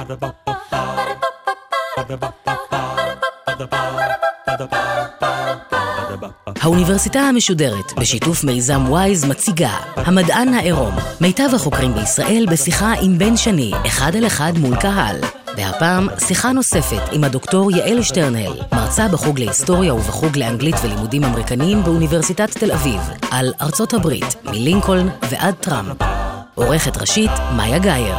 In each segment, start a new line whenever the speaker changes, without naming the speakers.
האוניברסיטה המשודרת בשיתוף מיזם וויז מציגה המדען העירום, מיטב החוקרים בישראל בשיחה עם בן שני, אחד על אחד מול קהל. והפעם שיחה נוספת עם הדוקטור יעל שטרנהל, מרצה בחוג להיסטוריה ובחוג לאנגלית ולימודים אמריקניים באוניברסיטת תל אביב, על ארצות הברית, מלינקולן ועד טראמפ. עורכת ראשית מאיה גייר.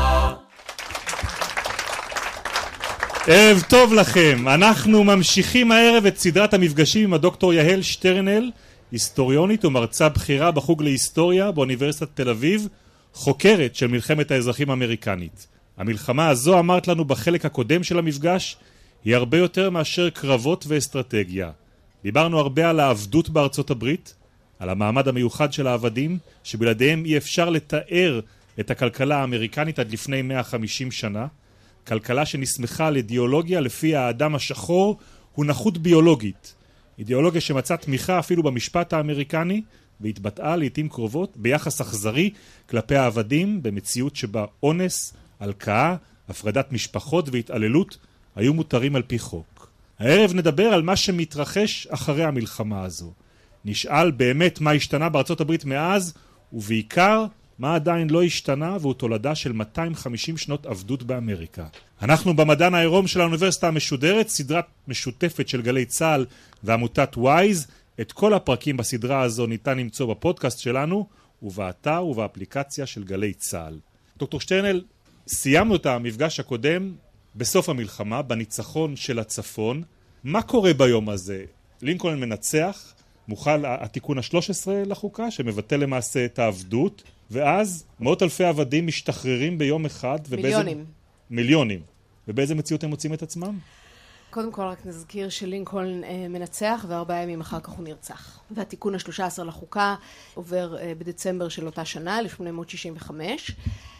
ערב טוב לכם, אנחנו ממשיכים הערב את סדרת המפגשים עם הדוקטור יעל שטרנהל, היסטוריונית ומרצה בכירה בחוג להיסטוריה באוניברסיטת תל אביב, חוקרת של מלחמת האזרחים האמריקנית. המלחמה הזו, אמרת לנו בחלק הקודם של המפגש, היא הרבה יותר מאשר קרבות ואסטרטגיה. דיברנו הרבה על העבדות בארצות הברית, על המעמד המיוחד של העבדים, שבלעדיהם אי אפשר לתאר את הכלכלה האמריקנית עד לפני 150 שנה, כלכלה שנסמכה על אידיאולוגיה לפי האדם השחור הוא נחות ביולוגית. אידיאולוגיה שמצאה תמיכה אפילו במשפט האמריקני, והתבטאה לעתים קרובות ביחס אכזרי כלפי העבדים, במציאות שבה אונס, הלקאה, הפרדת משפחות והתעללות היו מותרים על פי חוק. הערב נדבר על מה שמתרחש אחרי המלחמה הזו. נשאל באמת מה השתנה בארצות הברית מאז, ובעיקר מה עדיין לא השתנה, והוא תולדה של 250 שנות עבדות באמריקה. אנחנו במדען העירום של האוניברסיטה המשודרת, סדרת משותפת של גלי צהל ועמותת וויז. את כל הפרקים בסדרה הזו ניתן למצוא בפודקאסט שלנו, ובאתר ובאפליקציה של גלי צהל. דוקטור שטרנהל, סיימנו את המפגש הקודם בסוף המלחמה, בניצחון של הצפון. מה קורה ביום הזה? לינקולן מנצח, מוחל התיקון ה-13 לחוקה, שמבטל למעשה את העבדות, ואז מאות אלפי עבדים משתחררים ביום אחד. מיליונים. ובאיזה מציאות הם מוצאים את עצמם?
קודם כל רק נזכיר שלינקולן מנצח, ו4 ימים אחר כך הוא נרצח. והתיקון ה-13 לחוקה עובר בדצמבר של אותה שנה, 1865.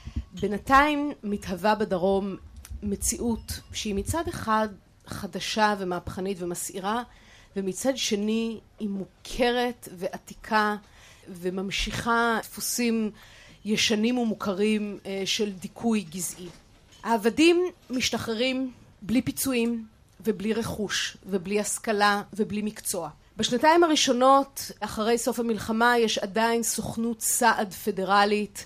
בינתיים מתהווה בדרום מציאות שהיא מצד אחד חדשה ומהפכנית ומסעירה, ומצד שני היא מוכרת ועתיקה וממשיכה דפוסים ישנים ומוכרים של דיכוי גזעי. העבדים משתחררים בלי פיצויים ובלי רכוש ובלי השכלה ובלי מקצוע. בשנתיים הראשונות אחרי סוף המלחמה יש עדיין סוכנות סעד פדרלית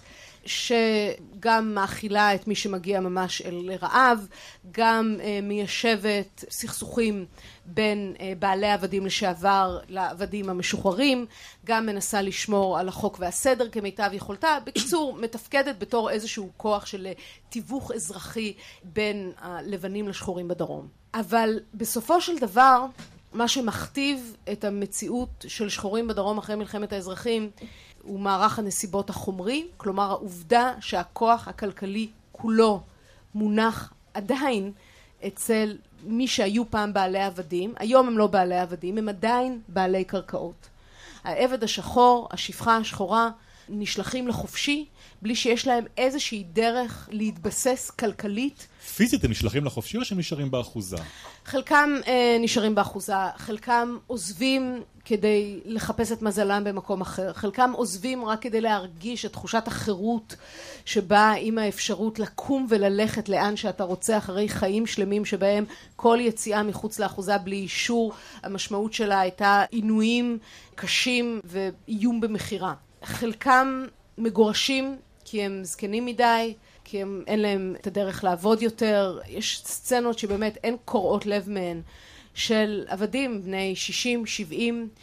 שגם מאכילה את מי שמגיע ממש אל רעב, גם מיישבת סכסוכים בין בעלי עבדים לשעבר לעבדים המשוחררים, גם מנסה לשמור על החוק והסדר כמיטב יכולתה. בקיצור, מתפקדת בתור איזשהו כוח של תיווך אזרחי בין הלבנים לשחורים בדרום. אבל בסופו של דבר, מה שמכתיב את המציאות של שחורים בדרום אחרי מלחמת האזרחים הוא מערך הנסיבות החומרי, כלומר העובדה שהכוח הכלכלי כולו מונח עדיין אצל מי שהיו פעם בעלי עבדים. היום הם לא בעלי עבדים, הם עדיין בעלי קרקעות. העבד השחור, השפחה השחורה, נשלחים לחופשי בלי שיש להם איזושהי דרך להתבסס כלכלית.
פיזית הם נשלחים לחופשי או שהם נשארים באחוזה?
חלקם נשארים באחוזה, חלקם עוזבים כדי לחפש את מזלם במקום אחר, חלקם עוזבים רק כדי להרגיש את תחושת החירות שבאה עם האפשרות לקום וללכת לאן שאתה רוצה אחרי חיים שלמים שבהם כל יציאה מחוץ לאחוזה בלי אישור, המשמעות שלה הייתה עינויים קשים ואיום במחירה. חלקם מגורשים כי הם זקנים מדי, כי אין להם את הדרך לעבוד יותר. יש סצנות שבאמת אין קוראות לב מהן של עבדים בני 60-70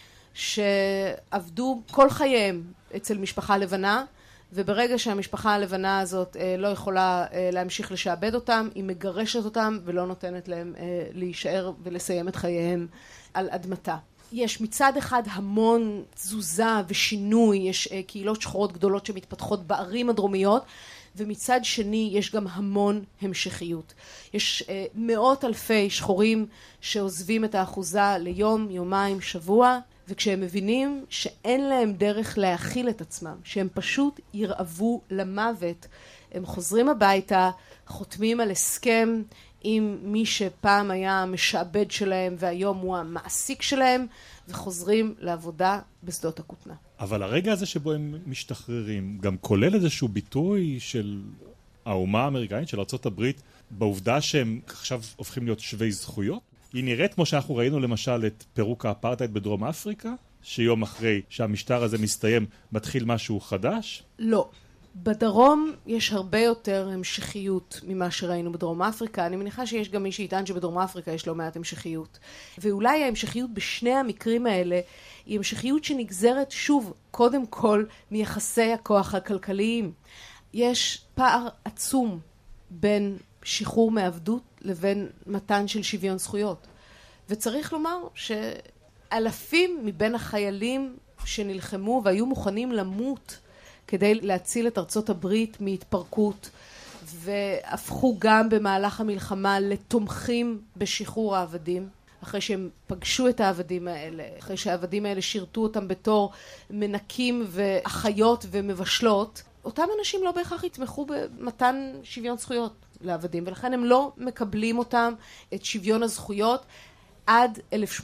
שעבדו כל חייהם אצל משפחה לבנה, וברגע שהמשפחה הלבנה הזאת לא יכולה להמשיך לשעבד אותם, היא מגרשת אותם ולא נותנת להם להישאר ולסיים את חייהם על אדמתה. יש מצד אחד המון תזוזה ושינוי, יש קהילות שחורות גדולות שמתפתחות בערים הדרומיות, ומצד שני יש גם המון המשכיות. יש מאות אלפי שחורים שעוזבים את האחוזה ליום, יומיים, שבוע, וכשהם מבינים שאין להם דרך להאכיל את עצמם, שהם פשוט ירעבו למוות, הם חוזרים הביתה, חותמים על הסכם עם מי שפעם היה משעבד שלהם והיום הוא המעסיק שלהם, וחוזרים לעבודה בשדות הכותנה.
אבל הרגע הזה שבו הם משתחררים גם כולל איזשהו ביטוי של האומה האמריקאית של ארצות הברית בעובדה שהם עכשיו הופכים להיות שווי זכויות? היא נראית כמו שאנחנו ראינו למשל את פירוק האפרטהייד בדרום אפריקה, שיום אחרי שהמשטר הזה מסתיים מתחיל משהו חדש?
לא. בדרום יש הרבה יותר המשכיות ממה שראינו בדרום אפריקה. אני מניחה שיש גם מי שיטען שבדרום אפריקה יש לא מעט המשכיות. ואולי ההמשכיות בשני המקרים האלה היא המשכיות שנגזרת שוב, קודם כל, מיחסי הכוח הכלכליים. יש פער עצום בין שחרור מעבדות לבין מתן של שוויון זכויות. וצריך לומר שאלפים מבין החיילים שנלחמו והיו מוכנים למות כדי להציל את ארצות הברית מהתפרקות, והפכו גם במהלך המלחמה לתומכים בשחרור העבדים, אחרי שהם פגשו את העבדים האלה, אחרי שהעבדים האלה שירתו אותם בתור מנקים ואחיות ומבשלות, אותם אנשים לא בהכרח יתמכו במתן שוויון זכויות לעבדים, ולכן הם לא מקבלים אותם, את שוויון הזכויות, עד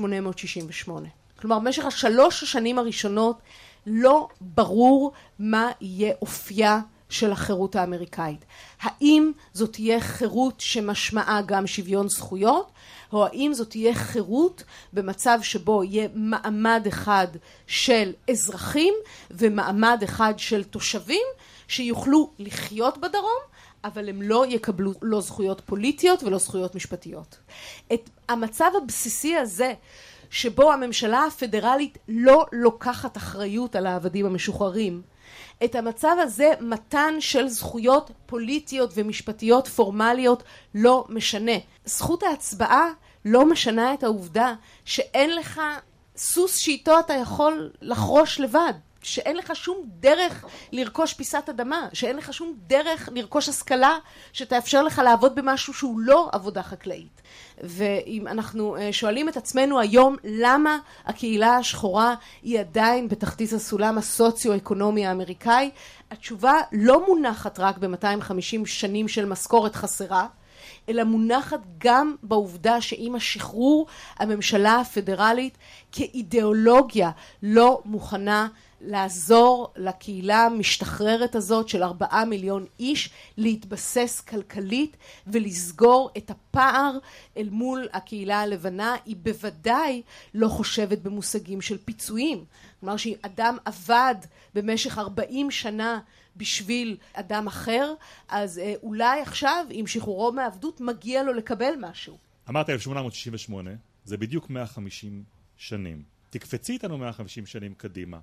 1868. כלומר, במשך 3 השנים הראשונות, לא ברור מה יהיה אופייה של החירות האמריקאית. האם זאת תהיה חירות שמשמעה גם שוויון זכויות, או האם זאת תהיה חירות במצב שבו יהיה מעמד אחד של אזרחים ומעמד אחד של תושבים שיוכלו לחיות בדרום, אבל הם לא יקבלו לא זכויות פוליטיות ולא זכויות משפטיות. את המצב הבסיסי הזה שבו הממשלה הפדרלית לא לוקחת אחריות על העבדים המשוחררים, את המצב הזה מתן של זכויות פוליטיות ומשפטיות פורמליות לא משנה. זכות ההצבעה לא משנה את העובדה שאין לך סוס שאיתו אתה יכול לחרוש לבד, שאין לך שום דרך לרכוש פיסת אדמה, שאין לך שום דרך לרכוש השכלה שתאפשר לך לעבוד במשהו שהוא לא עבודה חקלאית. ואם אנחנו שואלים את עצמנו היום למה הקהילה השחורה היא עדיין בתחתית הסולם הסוציו-אקונומי האמריקאי, התשובה לא מונחת רק ב-250 שנים של משכורת חסרה, אלא מונחת גם בעובדה שעם השחרור הממשלה הפדרלית כאידיאולוגיה לא מוכנה לעזור לקהילה המשתחררת הזאת של 4 מיליון איש להתבסס כלכלית ולסגור את הפער אל מול הקהילה הלבנה. היא בוודאי לא חושבת במושגים של פיצויים. כלומר שאדם עבד במשך 40 שנה בשביל אדם אחר, אז אולי עכשיו עם שחרורו מעבדות מגיע לו לקבל משהו.
אמרת 1868, זה בדיוק 150 שנים. תקפצי איתנו 150 שנים קדימה.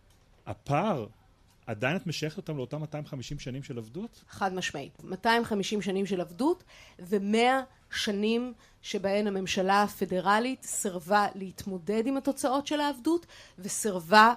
הפער, עדיין את משייכת אותם לאותם 250 שנים של עבדות?
חד משמעית. 250 שנים של עבדות ו100 שנים שבהן הממשלה הפדרלית סרבה להתמודד עם התוצאות של העבדות וסרבה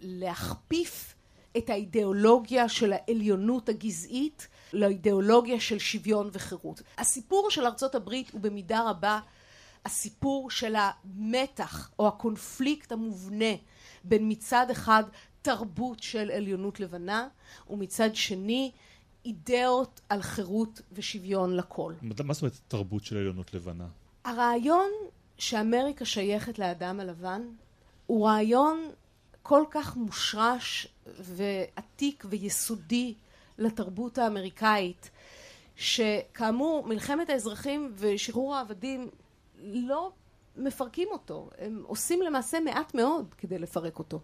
להכפיף את האידיאולוגיה של העליונות הגזעית לאידיאולוגיה של שוויון וחירות. הסיפור של ארצות הברית הוא במידה רבה הסיפור של המתח או הקונפליקט המובנה בין מצד אחד תרבות של עליונות לבנה ומצד שני אידאות על חירות ושוויון לכל.
מה זאת אומרת תרבות של עליונות לבנה?
הרעיון שאמריקה שייכת לאדם הלבן הוא רעיון כל כך מושרש ועתיק ויסודי לתרבות האמריקאית, שכאמור מלחמת האזרחים ושחרור העבדים לא מפרקים אותו, הם עושים למעשה מעט מאוד כדי לפרק אותו.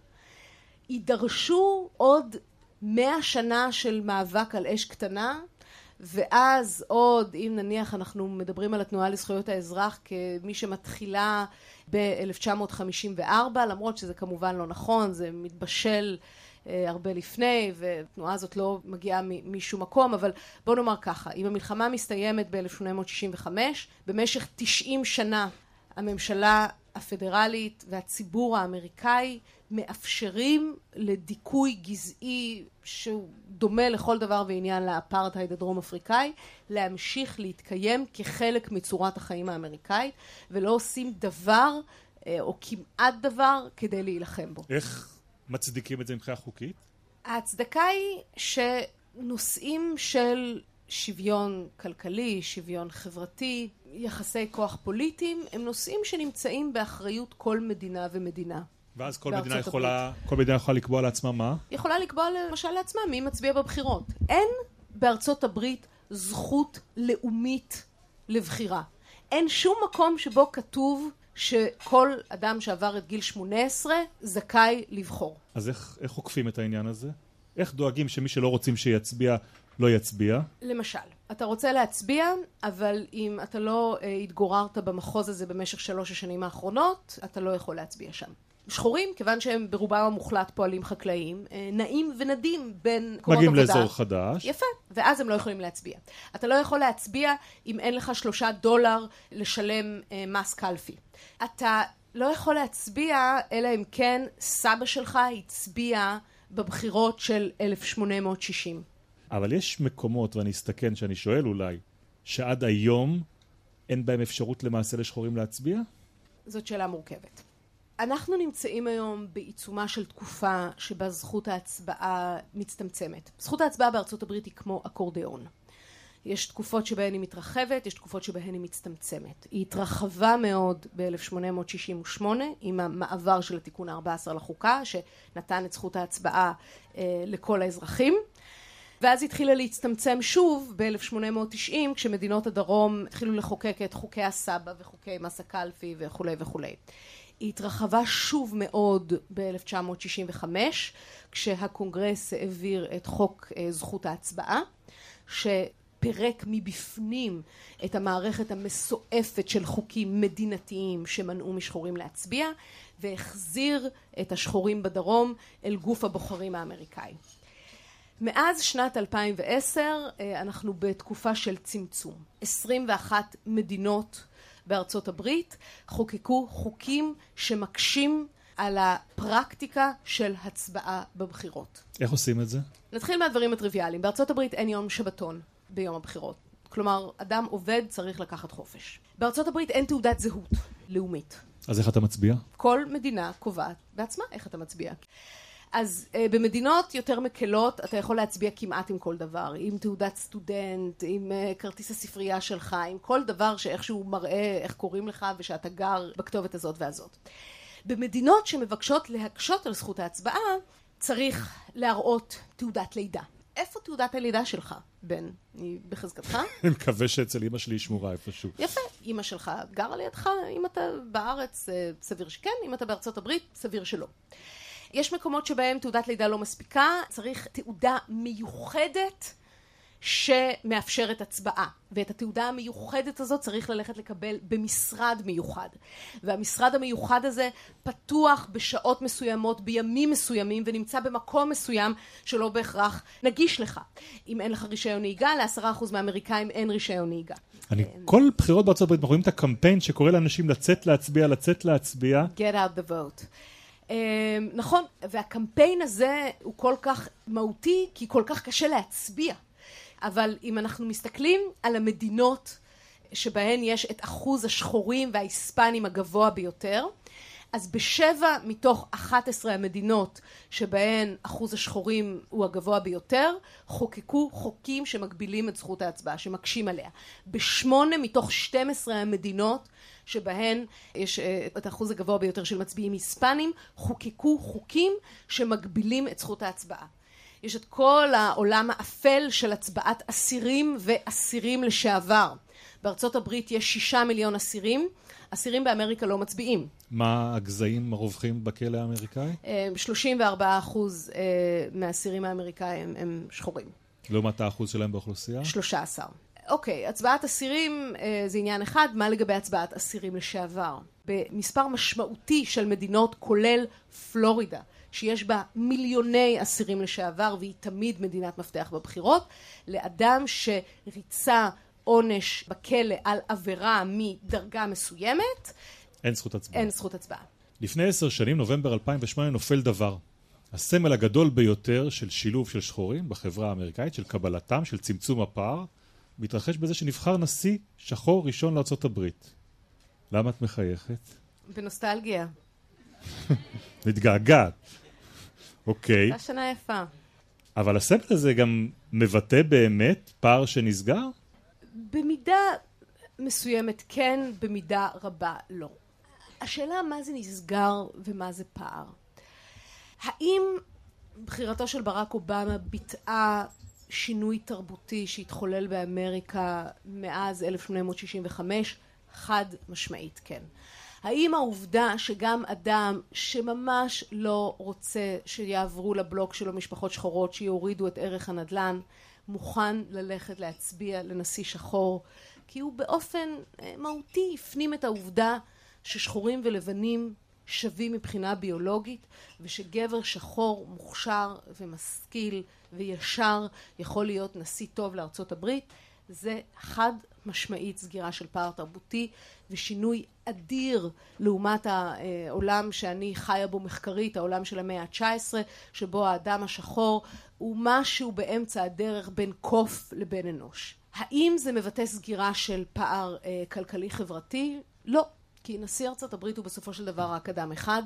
יידרשו עוד 100 שנה של מאבק על אש קטנה, ואז עוד, אם נניח אנחנו מדברים על התנועה לזכויות האזרח כמי שמתחילה ב-1954, למרות שזה כמובן לא נכון, זה מתבשל הרבה לפני, והתנועה הזאת לא מגיעה משום מקום, אבל בוא נאמר ככה, אם המלחמה מסתיימת ב-1865, במשך 90 שנה הממשלה הפדרלית והציבור האמריקאי מאפשרים לדיכוי גזעי שהוא דומה לכל דבר ועניין לאפרטהייד הדרום אפריקאי להמשיך להתקיים כחלק מצורת החיים האמריקאית, ולא עושים דבר או כמעט דבר כדי להילחם בו.
איך מצדיקים את זה מבחינה חוקית?
ההצדקה היא שנושאים של שוויון כלכלי, שוויון חברתי, יחסי כוח פוליטיים, הם נושאים שנמצאים באחריות כל מדינה ומדינה.
ואז כל מדינה יכולה לקבוע לעצמה מה?
יכולה לקבוע למשל לעצמה מי מצביע בבחירות. אין בארצות הברית זכות לאומית לבחירה. אין שום מקום שבו כתוב שכל אדם שעבר את גיל 18 זכאי לבחור.
אז איך עוקפים את העניין הזה? איך דואגים שמי שלא רוצים שיצביע לא יצביע?
למשל, אתה רוצה להצביע, אבל אם אתה לא התגוררת במחוז הזה במשך 3 השנים האחרונות, אתה לא יכול להצביע שם. שחורים, כיוון שהם ברובם המוחלט פועלים חקלאיים, נעים ונדים בין קומות עבודה.
מגיעים לאזור חדש.
יפה, ואז הם לא יכולים להצביע. אתה לא יכול להצביע אם אין לך $3 לשלם מס קלפי. אתה לא יכול להצביע, אלא אם כן סבא שלך הצביע בבחירות של 1860.
אבל יש מקומות, ואני אסתכן שאני שואל אולי, שעד היום אין בהם אפשרות למעשה לשחורים להצביע?
זאת שאלה מורכבת. אנחנו נמצאים היום בעיצומה של תקופה שבה זכות ההצבעה מצטמצמת. זכות ההצבעה בארצות הברית היא כמו אקורדיאון. יש תקופות שבהן היא מתרחבת, יש תקופות שבהן היא מצטמצמת. היא התרחבה מאוד ב-1868 עם המעבר של התיקון ה-14 לחוקה, שנתן את זכות ההצבעה לכל האזרחים. ואז התחילה להצטמצם שוב ב-1890, כשמדינות הדרום התחילו לחוקק את חוקי הסבא וחוקי מס הקלפי וכו' וכו'. היא התרחבה שוב מאוד ב-1965, כשהקונגרס העביר את חוק זכות ההצבעה, שפירק מבפנים את המערכת המסועפת של חוקים מדינתיים שמנעו משחורים להצביע, והחזיר את השחורים בדרום אל גוף הבוחרים האמריקאי. מאז שנת 2010 אנחנו בתקופה של צמצום. 21 מדינות בארצות הברית חוקקו חוקים שמקשים על הפרקטיקה של הצבעה בבחירות.
איך עושים את זה?
נתחיל מהדברים הטריוויאליים. בארצות הברית אין יום שבתון ביום הבחירות. כלומר, אדם עובד צריך לקחת חופש. בארצות הברית אין תעודת זהות לאומית.
אז איך אתה מצביע?
כל מדינה קובעת בעצמה איך אתה מצביע. אז במדינות יותר מקלות אתה יכול להצביע כמעט עם כל דבר, עם תעודת סטודנט, עם כרטיס הספרייה שלך, עם כל דבר שאיכשהו מראה איך קוראים לך ושאתה גר בכתובת הזאת והזאת. במדינות שמבקשות להקשות על זכות ההצבעה צריך להראות תעודת לידה. איפה תעודת הלידה שלך, בן? היא בחזקתך?
אני מקווה שאצל אמא שלי היא שמורה איפשהו.
יפה, אמא שלך גרה לידך, אם אתה בארץ סביר שכן, אם אתה בארצות הברית סביר שלא. יש מקומות שבהם תעודת לידה לא מספיקה, צריך תעודה מיוחדת שמאפשרת הצבעה. ואת התעודה המיוחדת הזאת צריך ללכת לקבל במשרד מיוחד. והמשרד המיוחד הזה פתוח בשעות מסוימות, בימים מסוימים, ונמצא במקום מסוים שלא בהכרח נגיש לך. אם אין לך רישיון נהיגה, ל10% מהאמריקאים אין רישיון נהיגה.
כל בחירות בארצות הברית, אנחנו רואים את הקמפיין שקורא לאנשים לצאת להצביע.
Get out the vote. נכון, והקמפיין הזה הוא כל כך מהותי, כי כל כך קשה להצביע. אבל אם אנחנו מסתכלים על המדינות שבהן יש את אחוז השחורים וההיספנים הגבוה ביותר, אז ב7 מתוך 11 המדינות שבהן אחוז השחורים הוא הגבוה ביותר, חוקקו חוקים שמגבילים את זכות ההצבעה, שמקשים עליה. ב8 מתוך 12 המדינות שבהן יש את האחוז הגבוה ביותר של מצביעים היספנים, חוקקו חוקים שמגבילים את זכות ההצבעה. יש את כל העולם האפל של הצבעת אסירים ואסירים לשעבר. בארצות הברית יש 6 מיליון אסירים. אסירים באמריקה לא מצביעים.
מה הגזעים הרווחים בכלא האמריקאי?
34% מהאסירים האמריקאים הם שחורים.
לעומת האחוז שלהם באוכלוסייה?
13. אוקיי, הצבעת אסירים זה עניין אחד, מה לגבי הצבעת אסירים לשעבר? במספר משמעותי של מדינות, כולל פלורידה, שיש בה מיליוני אסירים לשעבר, והיא תמיד מדינת מפתח בבחירות, לאדם שריצה עונש בכלא על עבירה מדרגה מסוימת,
אין זכות הצבעה.
אין זכות הצבעה.
לפני 10 שנים, נובמבר 2008, נופל דבר. הסמל הגדול ביותר של שילוב של שחורים בחברה האמריקאית, של קבלתם, של צמצום הפער, מתרחש בזה שנבחר נשיא שחור ראשון לארצות הברית. למה את מחייכת?
בנוסטלגיה.
מתגעגעת. אוקיי.
הייתה שנה יפה.
אבל הסמל הזה גם מבטא באמת פער שנסגר?
במידה מסוימת כן, במידה רבה לא. השאלה מה זה נסגר ומה זה פער. האם בחירתו של ברק אובמה ביטאה שינוי תרבותי שהתחולל באמריקה מאז 1865? חד משמעית כן. האם העובדה שגם אדם שממש לא רוצה שיעברו לבלוק שלו משפחות שחורות שיורידו את ערך הנדל"ן, מוכן ללכת להצביע לנשיא שחור, כי הוא באופן מהותי הפנים את העובדה ששחורים ולבנים שווים מבחינה ביולוגית, ושגבר שחור מוכשר ומשכיל וישר יכול להיות נשיא טוב לארצות הברית? זה חד משמעית סגירה של פער תרבותי ושינוי אדיר לעומת העולם שאני חיה בו מחקרית, העולם של המאה ה-19, שבו האדם השחור הוא משהו באמצע הדרך בין קוף לבין אנוש. האם זה מבטא סגירה של פער כלכלי חברתי? לא, כי נשיא ארצות הברית הוא בסופו של דבר רק אדם אחד,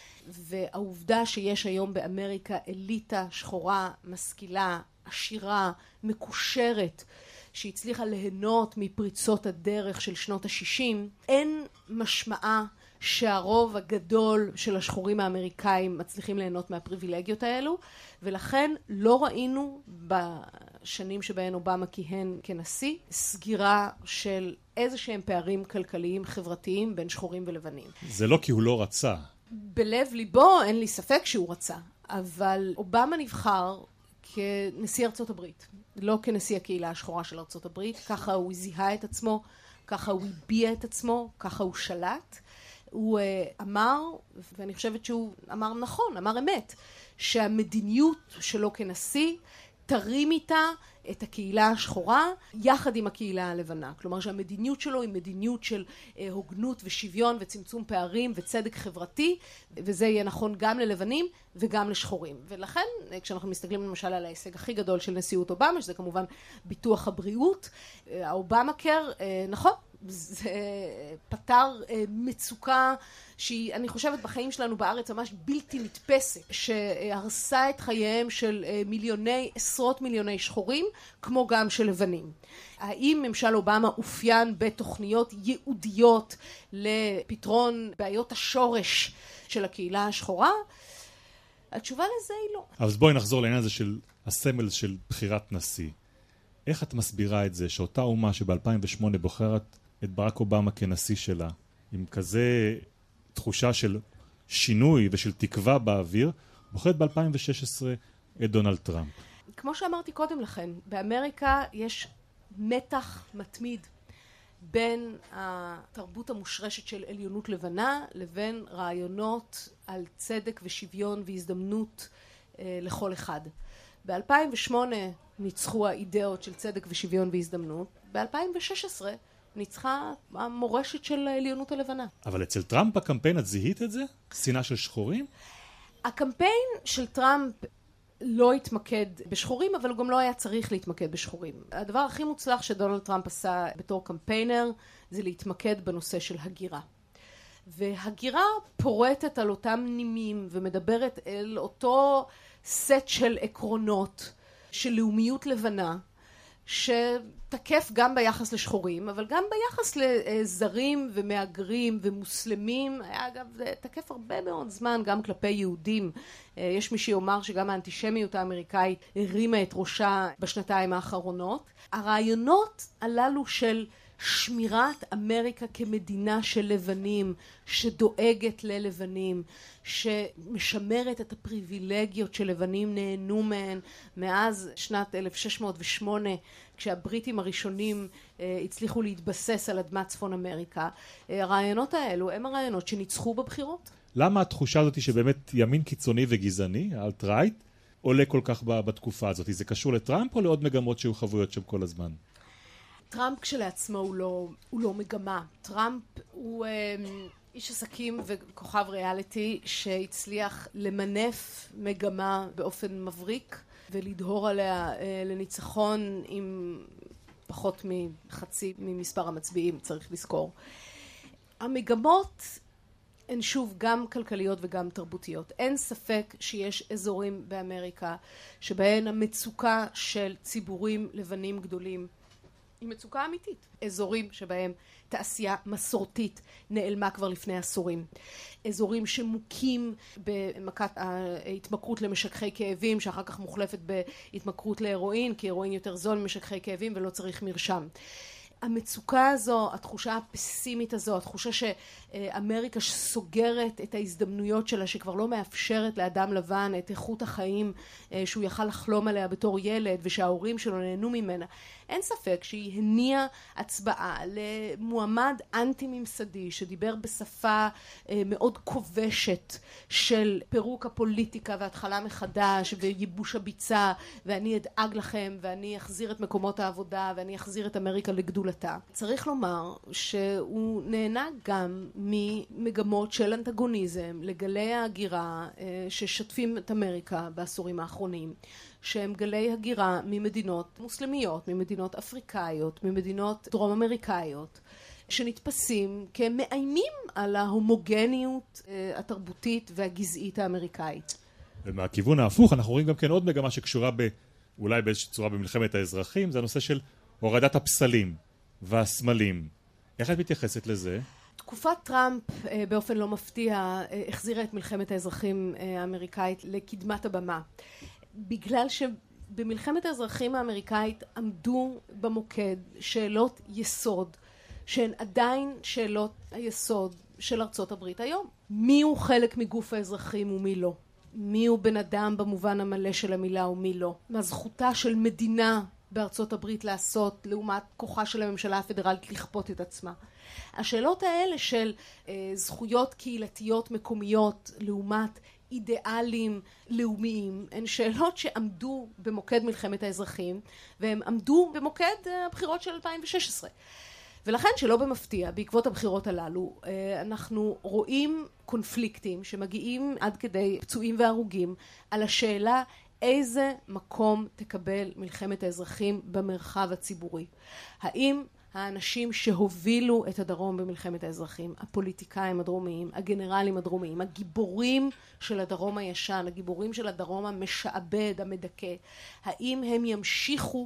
והעובדה שיש היום באמריקה אליטה שחורה, משכילה, עשירה, מקושרת, שהצליחה ליהנות מפריצות הדרך של שנות ה-60, אין משמעה שהרוב הגדול של השחורים האמריקאים מצליחים ליהנות מהפריבילגיות האלו, ולכן לא ראינו בשנים שבהן אובמה כיהן כנשיא סגירה של איזה שהם פערים כלכליים חברתיים בין שחורים ולבנים.
זה לא כי הוא לא רצה.
בלב ליבו אין לי ספק שהוא רצה, אבל אובמה נבחר כנשיא ארצות הברית, לא כנשיא הקהילה השחורה של ארצות הברית. ככה הוא זיהה את עצמו, ככה הוא הביע את עצמו, ככה הוא שלט. הוא אמר, ואני חושבת שהוא אמר נכון, אמר אמת, שהמדיניות שלו כנשיא תרים איתה את הקהילה השחורה יחד עם הקהילה הלבנה. כלומר שהמדיניות שלו היא מדיניות של הוגנות ושוויון וצמצום פערים וצדק חברתי, וזה יהיה נכון גם ללבנים וגם לשחורים. ולכן כשאנחנו מסתכלים למשל על ההישג הכי גדול של נשיאות אובמה, שזה כמובן ביטוח הבריאות, האובמה קר, נכון, זה פתר מצוקה שהיא, אני חושבת, בחיים שלנו בארץ ממש בלתי נתפסת, שהרסה את חייהם של מיליוני, עשרות מיליוני שחורים, כמו גם של לבנים. האם ממשל אובמה אופיין בתוכניות ייעודיות לפתרון בעיות השורש של הקהילה השחורה? התשובה לזה היא לא.
אז בואי נחזור לעניין הזה של הסמל של בחירת נשיא. איך את מסבירה את זה שאותה אומה שב-2008 בוחרת את ברק אובמה כנשיא שלה, עם כזה תחושה של שינוי ושל תקווה באוויר, בוחרת ב-2016 את דונלד טראמפ?
כמו שאמרתי קודם לכן, באמריקה יש מתח מתמיד בין התרבות המושרשת של עליונות לבנה לבין רעיונות על צדק ושוויון והזדמנות לכל אחד. ב-2008 ניצחו האידאות של צדק ושוויון והזדמנות, ב-2016 ניצחה המורשת של העליונות הלבנה.
אבל אצל טראמפ הקמפיין, את זיהית את זה? שנאה של שחורים?
הקמפיין של טראמפ לא התמקד בשחורים, אבל הוא גם לא היה צריך להתמקד בשחורים. הדבר הכי מוצלח שדונלד טראמפ עשה בתור קמפיינר זה להתמקד בנושא של הגירה. והגירה פורטת על אותם נימים ומדברת אל אותו סט של עקרונות של לאומיות לבנה, שתקף גם ביחס לשחורים, אבל גם ביחס לזרים ומהגרים ומוסלמים. היה אגב, תקף הרבה מאוד זמן גם כלפי יהודים. יש מי שיאמר שגם האנטישמיות האמריקאית הרימה את ראשה בשנתיים האחרונות. הרעיונות הללו של שמירת אמריקה כמדינה של לבנים, שדואגת ללבנים, שמשמרת את הפריבילגיות שלבנים נהנו מהן מאז שנת 1608, כשהבריטים הראשונים הצליחו להתבסס על אדמת צפון אמריקה. הרעיונות האלו הם הרעיונות שניצחו בבחירות.
למה התחושה הזאת שבאמת ימין קיצוני וגזעני, האלט-רייט, עולה כל כך בתקופה הזאת? זה קשור לטראמפ או לעוד מגמות שהיו חבויות שם כל הזמן?
טראמפ כשלעצמו הוא לא מגמה. טראמפ הוא איש עסקים וכוכב ריאליטי שהצליח למנף מגמה באופן מבריק ולדהור עליה לניצחון עם פחות מחצי ממספר המצביעים, צריך לזכור. המגמות הן שוב גם כלכליות וגם תרבותיות. אין ספק שיש אזורים באמריקה שבהן המצוקה של ציבורים לבנים גדולים היא מצוקה אמיתית. אזורים שבהם תעשייה מסורתית נעלמה כבר לפני עשורים. אזורים שמוכים במכת ההתמכרות למשככי כאבים, שאחר כך מוחלפת בהתמכרות להירואין, כי הירואין יותר זול ממשככי כאבים ולא צריך מרשם. המצוקה הזו, התחושה הפסימית הזו, התחושה שאמריקה סוגרת את ההזדמנויות שלה, שכבר לא מאפשרת לאדם לבן את איכות החיים שהוא יכל לחלום עליה בתור ילד, ושההורים שלו נהנו ממנה. אין ספק שהיא הניעה הצבעה למועמד אנטי-ממסדי, שדיבר בשפה מאוד כובשת של פירוק הפוליטיקה והתחלה מחדש, וייבוש הביצה, ואני אדאג לכם, ואני אחזיר את מקומות העבודה, ואני אחזיר את אמריקה לגדולתה. צריך לומר שהוא נהנה גם ממגמות של אנטגוניזם לגלי ההגירה ששתפים את אמריקה בעשורים האחרונים, שהם גלי הגירה ממדינות מוסלמיות, ממדינות אפריקאיות, ממדינות דרום אמריקאיות, שנתפסים כמאיימים על ההומוגניות התרבותית והגזעית האמריקאית.
ומהכיוון ההפוך אנחנו רואים גם כן עוד מגמה שקשורה אולי באיזושהי צורה במלחמת האזרחים, זה הנושא של הורדת הפסלים והסמלים. איך את מתייחסת לזה?
תקופת טראמפ באופן לא מפתיע החזירה את מלחמת האזרחים האמריקאית לקדמת הבמה. בגלל שבמלחמת האזרחים האמריקאית עמדו במוקד שאלות יסוד, שהן עדיין שאלות היסוד של ארצות הברית היום. מי הוא חלק מגוף האזרחים ומי לא? מי הוא בן אדם במובן המלא של המילה ומי לא? מה זכותה של מדינה בארצות הברית לעשות לעומת כוחה של הממשלה הפדרלית לכפות את עצמה? השאלות האלה של זכויות קהילתיות מקומיות לעומת אידיאלים לאומיים, הן שאלות שעמדו במוקד מלחמת האזרחים, והם עמדו במוקד הבחירות של 2016. ולכן שלא במפתיע, בעקבות הבחירות הללו, אנחנו רואים קונפליקטים שמגיעים עד כדי פצועים והרוגים, על השאלה איזה מקום תקבל מלחמת האזרחים במרחב הציבורי. האם האנשים שהובילו את הדרום במלחמת האזרחים, הפוליטיקאים הדרומיים, הגנרלים הדרומיים, הגיבורים של הדרום הישן, הגיבורים של הדרום המשעבד, המדכא, האם הם ימשיכו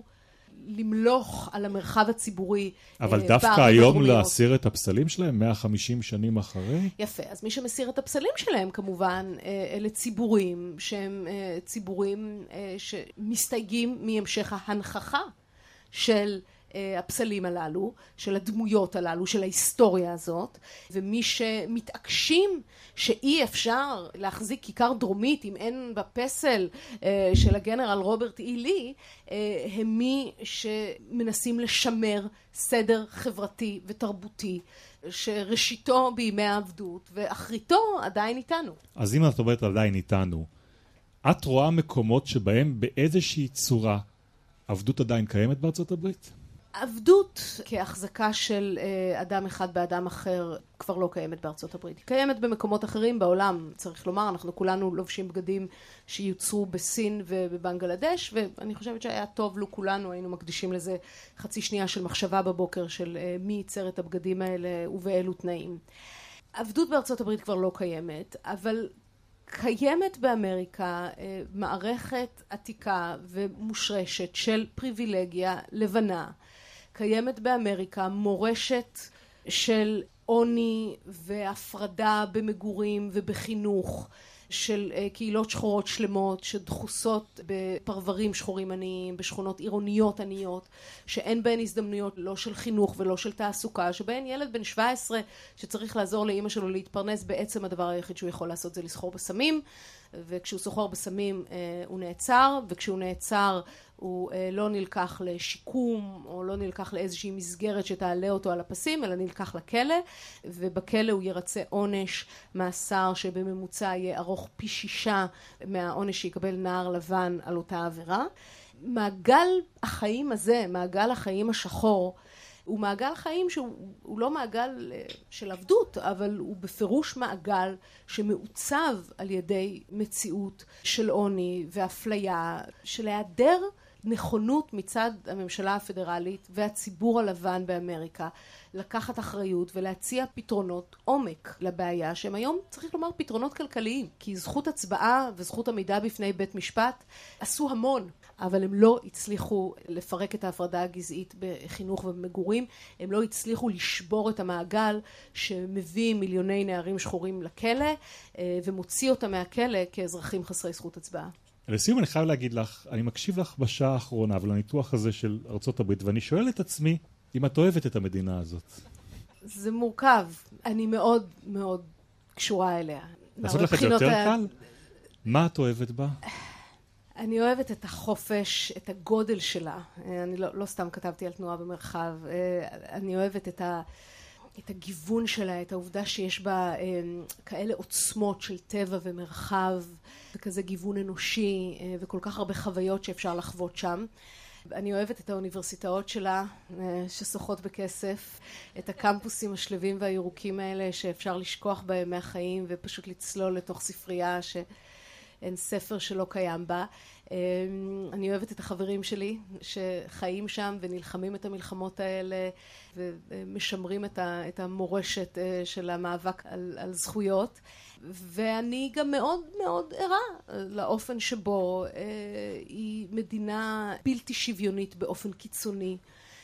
למלוך על המרחב הציבורי?
אבל דווקא היום להסיר את הפסלים שלהם 150 שנים אחרי?
יפה, אז מי שמסיר את הפסלים שלהם כמובן אלה ציבורים שהם ציבורים שמסתייגים מהמשך ההנכחה של הפסלים הללו, של הדמויות הללו, של ההיסטוריה הזאת, ומי שמתעקשים שאי אפשר להחזיק כיכר דרומית אם אין בפסל של הגנרל רוברט אי לי, הם מי שמנסים לשמר סדר חברתי ותרבותי שראשיתו בימי העבדות ואחריתו עדיין איתנו.
אז אם את אומרת עדיין איתנו, את רואה מקומות שבהם באיזושהי צורה עבדות עדיין קיימת בארצות הברית?
עבדות כהחזקה של אדם אחד באדם אחר כבר לא קיימת בארצות הברית. היא קיימת במקומות אחרים בעולם, צריך לומר, אנחנו כולנו לובשים בגדים שיוצרו בסין ובבנגלדש, ואני חושבת שהיה טוב לו כולנו, היינו מקדישים לזה חצי שנייה של מחשבה בבוקר של מי ייצר את הבגדים האלה ובאילו תנאים. עבדות בארצות הברית כבר לא קיימת, אבל קיימת באמריקה מערכת עתיקה ומושרשת של פריבילגיה לבנה. קיימת באמריקה מורשת של עוני והפרדה במגורים ובחינוך, של קהילות שחורות שלמות שדחוסות בפרברים שחורים עניים, בשכונות עירוניות עניות, שאין בהן הזדמנויות לא של חינוך ולא של תעסוקה, שבהן ילד בן 17 שצריך לעזור לאמא שלו להתפרנס, בעצם הדבר היחיד שהוא יכול לעשות זה לסחור בסמים, וכשהוא סוחר בסמים הוא נעצר, וכשהוא נעצר הוא לא נלקח לשיקום או לא נלקח לאיזושהי מסגרת שתעלה אותו על הפסים, אלא נלקח לכלא, ובכלא הוא ירצה עונש מאסר שבממוצע יהיה ארוך פי 6 מהעונש שיקבל נער לבן על אותה עבירה. מעגל החיים הזה, מעגל החיים השחור, הוא מעגל חיים שהוא לא מעגל של עבדות, אבל הוא בפירוש מעגל שמעוצב על ידי מציאות של עוני ואפליה, של היעדר נכונות מצד הממשלה הפדרלית והציבור הלבן באמריקה לקחת אחריות ולהציע פתרונות עומק לבעיה, שהם היום צריך לומר פתרונות כלכליים, כי זכות הצבעה וזכות עמידה בפני בית משפט עשו המון, אבל הם לא הצליחו לפרק את ההפרדה הגזעית בחינוך ובמגורים, הם לא הצליחו לשבור את המעגל שמביא מיליוני נערים שחורים לכלא, ומוציא אותם מהכלא כאזרחים חסרי זכות הצבעה.
לסיום אני חייב להגיד לך, אני מקשיב לך בשעה האחרונה, ולניתוח הזה של ארצות הברית, ואני שואל את עצמי, אם את אוהבת את המדינה הזאת.
זה מורכב, אני מאוד מאוד קשורה אליה.
לעשות לך את זה יותר קל? מה את אוהבת בה?
אני אוהבת את החופש, את הגודל שלה. אני לא סתם כתבתי על תנועה במרחב. אני אוהבת את הגיוון שלה, את העובדה שיש בה כאלה עוצמות של טבע ומרחב, וכזה גיוון אנושי, וכל כך הרבה חוויות שאפשר לחוות שם. אני אוהבת את האוניברסיטאות שלה, ששוחות בכסף, את הקמפוסים השלבים והירוקים האלה שאפשר לשכוח בהם מהחיים, ופשוט לצלול לתוך ספרייה שאין ספר שלא קיים בה. אני אוהבת את החברים שלי שחיים שם ונלחמים את המלחמות האלה, ומשמרים את המורשת של המאבק על זכויות. ואני גם מאוד מאוד ערה לאופן שבו היא מדינה בלתי שוויונית באופן קיצוני,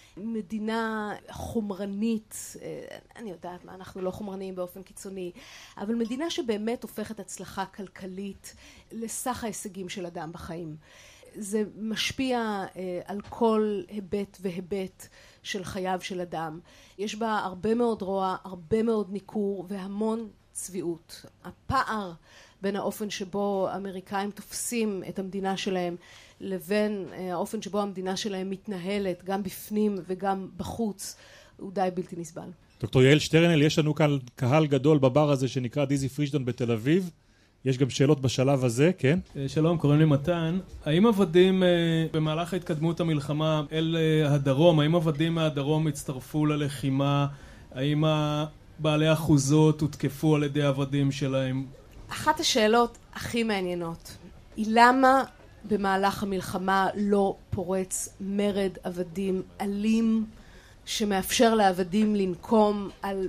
מדינה חומרנית, אני יודעת מה, אנחנו לא חומרניים באופן קיצוני, אבל מדינה שבאמת הופכת הצלחה כלכלית לסך ההישגים של אדם בחיים. זה משפיע על כל היבט והיבט של חייו של אדם. יש בה הרבה מאוד רוע, הרבה מאוד ניכור והמון צביעות. הפער בין האופן שבו האמריקאים תופסים את המדינה שלהם לבין האופן שבו המדינה שלהם מתנהלת גם בפנים וגם בחוץ הוא די בלתי נסבל.
דוקטור יעל שטרנל, יש לנו כאן קהל גדול בבר הזה שנקרא דיזי פרישדון בתל אביב. יש גם שאלות בשלב הזה, כן?
שלום, קוראים לי מתן. האם עבדים במהלך ההתקדמות המלחמה אל הדרום, האם עבדים מהדרום הצטרפו ללחימה? האם בעלי אחוזות הותקפו על ידי עבדים שלהם?
אחת השאלות הכי מעניינות היא למה במהלך המלחמה לא פורץ מרד עבדים אלים שמאפשר לעבדים לנקום על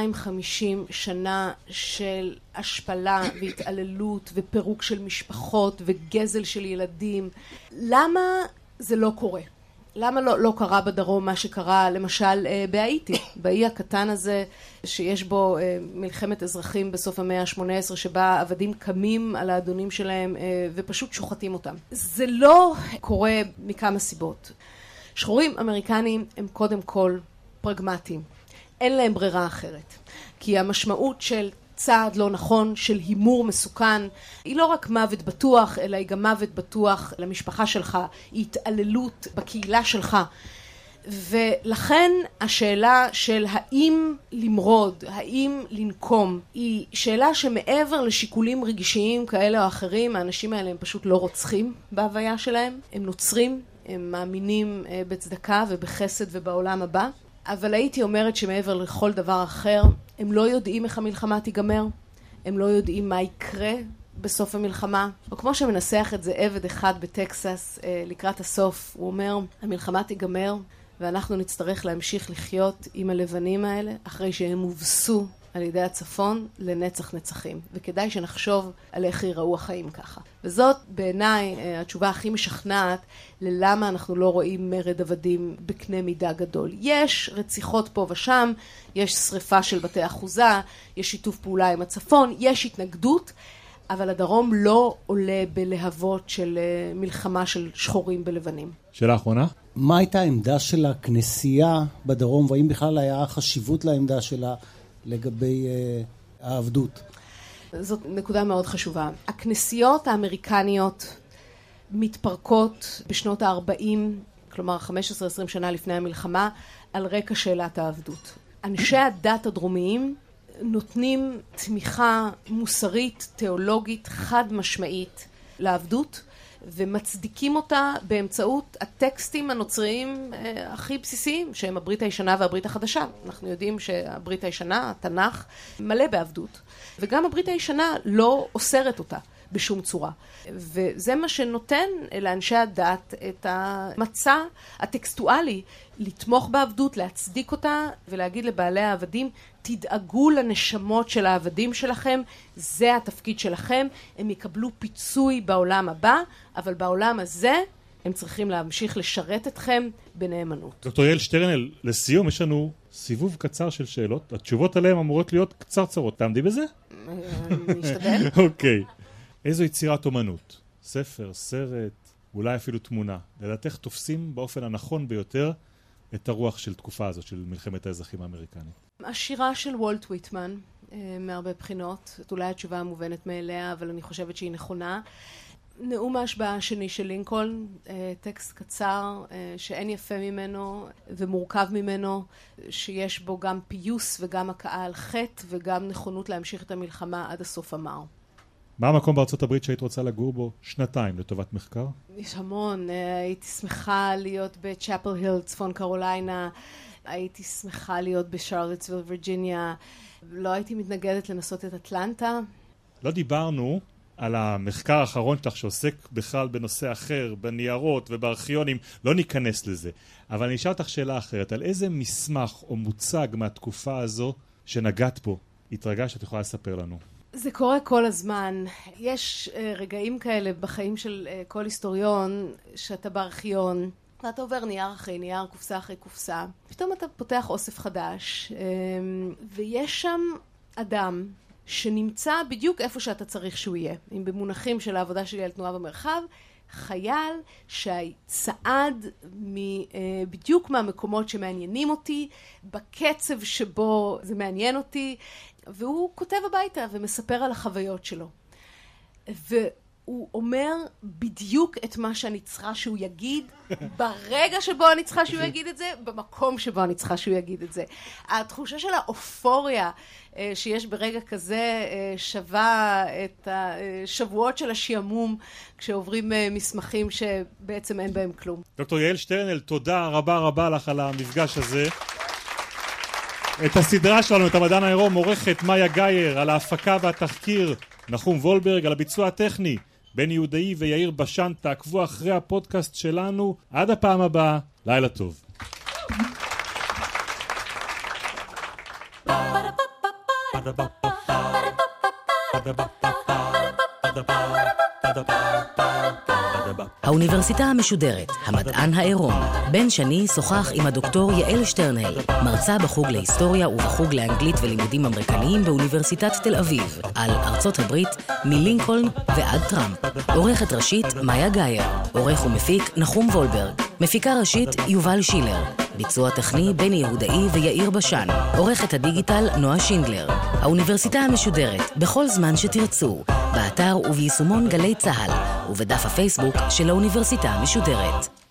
250 שנה של השפלה והתעללות ופירוק של משפחות וגזל של ילדים. למה זה לא קורה? למה לא קרה בדרום מה שקרה למשל בהאיטי, באי הקטן הזה שיש בו מלחמת אזרחים בסוף המאה ה-18 שבה עבדים קמים על האדונים שלהם ופשוט שוחטים אותם. זה לא קורה מכמה סיבות. שחורים אמריקנים הם קודם כל פרגמטיים. אין להם ברירה אחרת. כי המשמעות של צעד לא נכון, של הימור מסוכן, היא לא רק מוות בטוח, אלא היא גם מוות בטוח למשפחה שלך, היא התעללות בקהילה שלך. ולכן השאלה של האם למרוד, האם לנקום, היא שאלה שמעבר לשיקולים רגישיים כאלה או אחרים, האנשים האלה הם פשוט לא רוצחים בהוויה שלהם, הם נוצרים, הם מאמינים בצדקה ובחסד ובעולם הבא. אבל הייתי אומרת שמעבר לכל דבר אחר, הם לא יודעים איך המלחמה תיגמר, הם לא יודעים מה יקרה בסוף המלחמה. או כמו שמנסח את זה עבד אחד בטקסס לקראת הסוף, הוא אומר, המלחמה תיגמר ואנחנו נצטרך להמשיך לחיות עם הלבנים האלה אחרי שהם הובסו על ידי הצפון לנצח נצחים. וכדאי שנחשוב על איך ייראו החיים ככה. וזאת בעיניי התשובה הכי משכנעת ללמה אנחנו לא רואים מרד עבדים בקנה מידה גדול. יש רציחות פה ושם, יש שריפה של בתי אחוזה, יש שיתוף פעולה עם הצפון, יש התנגדות, אבל הדרום לא עולה בלהבות של מלחמה של שחורים בלבנים.
שאלה אחרונה?
מה הייתה העמדה של הכנסייה בדרום, והאם בכלל היה חשיבות לעמדה שלה לגבי העבדות?
זאת נקודה מאוד חשובה. הכנסיות האמריקניות מתפרקות בשנות ה-40, כלומר 15-20 שנה לפני המלחמה, על רקע שאלת העבדות. אנשי הדת הדרומיים נותנים תמיכה מוסרית, תיאולוגית, חד משמעית לעבדות, ומצדיקים אותה באמצעות הטקסטים הנוצריים הכי בסיסיים, שהם הברית הישנה והברית החדשה. אנחנו יודעים שהברית הישנה, התנ"ך, מלא בעבדות. וגם הברית הישנה לא אוסרת אותה בשום צורה. וזה מה שנותן לאנשי הדת את המצע הטקסטואלי לתמוך בעבדות, להצדיק אותה ולהגיד לבעלי העבדים, תדאגו לנשמות של העבדים שלכם, זה התפקיד שלכם, הם יקבלו פיצוי בעולם הבא, אבל בעולם הזה הם צריכים להמשיך לשרת אתכם בנאמנות.
דוקטור יעל שטרנל, לסיום יש לנו סיבוב קצר של שאלות. התשובות עליהן אמורות להיות קצרצרות. תעמדי בזה?
אני אשתדל.
אוקיי. איזו יצירת אומנות? ספר, סרט, אולי אפילו תמונה. לדעתך תופסים באופן הנכון ביותר את הרוח של תקופה הזאת, של מלחמת האזרחים האמריקנית.
השירה של וולט וויטמן, מהרבה בחינות, אולי התשובה המובנת מאליה, אבל אני חושבת שהיא נכונה. נאום ההשבעה השני של לינקולן, טקסט קצר שאין יפה ממנו ומורכב ממנו, שיש בו גם פיוס וגם הכאה על חטא וגם נכונות להמשיך את המלחמה עד הסוף המר.
מה המקום בארצות הברית שהיית רוצה לגור בו 2 לטובת מחקר?
יש המון. הייתי שמחה להיות בצ'אפל היל, צפון קרוליינה. הייתי שמחה להיות בשרלוטסוויל, וירג'יניה. לא הייתי מתנגדת לנסות את אטלנטה.
לא דיברנו על המחקר האחרון שלך שעוסק בכלל בנושא אחר, בניירות ובארכיונים. לא ניכנס לזה. אבל אני אשאל אותך שאלה אחרת. על איזה מסמך או מוצג מהתקופה הזו שנגעת פה התרגשת שאת יכולה לספר לנו?
זה קורה כל הזמן. יש רגעים כאלה בחיים של כל היסטוריון, שאתה בארכיון, ואתה עובר נייר אחרי נייר, קופסה אחרי קופסה. פתאום אתה פותח אוסף חדש, ויש שם אדם שנמצא בדיוק איפה שאתה צריך שהוא יהיה. אם במונחים של העבודה שלי על תנועה במרחב, חייל שצעד בדיוק מהמקומות שמעניינים אותי, בקצב שבו זה מעניין אותי, והוא כותב הביתה ומספר על החוויות שלו. והוא אומר בדיוק את מה שאני צריכה שהוא יגיד, ברגע שבו אני צריכה שהוא יגיד את זה, במקום שבו אני צריכה שהוא יגיד את זה. התחושה של האופוריה שיש ברגע כזה שווה את השבועות של השעמום כשעוברים מסמכים שבעצם אין בהם כלום.
דוקטור יעל שטרנל, תודה רבה לך על המפגש הזה. את הסדרה שלנו, את המדען העירום, עורכת מאיה גייר, על ההפקה והתחקיר נחום וולברג, על הביצוע הטכני בני יהודאי ויאיר בשן. תעקבו אחרי הפודקאסט שלנו. עד הפעם הבאה, לילה טוב.
האוניברסיטה המשודרת, המדען העירום. בן שני שוחח עם הדוקטור יעל שטרנל, מרצה בחוג להיסטוריה ובחוג לאנגלית ולימודים אמריקניים באוניברסיטת תל אביב, על ארצות הברית מלינקולן ועד טראמפ. עורכת ראשית מאיה גייר, עורך ומפיק נחום וולברג, מפיקה ראשית יובל שילר, ביצוע טכני בני יהודאי ויאיר בשן, עורכת הדיגיטל נועה שינדלר. האוניברסיטה המשודרת, בכל זמן שתרצו, באתר וביישומון גלי צהל, ובדף הפייסבוק של האוניברסיטה המשודרת.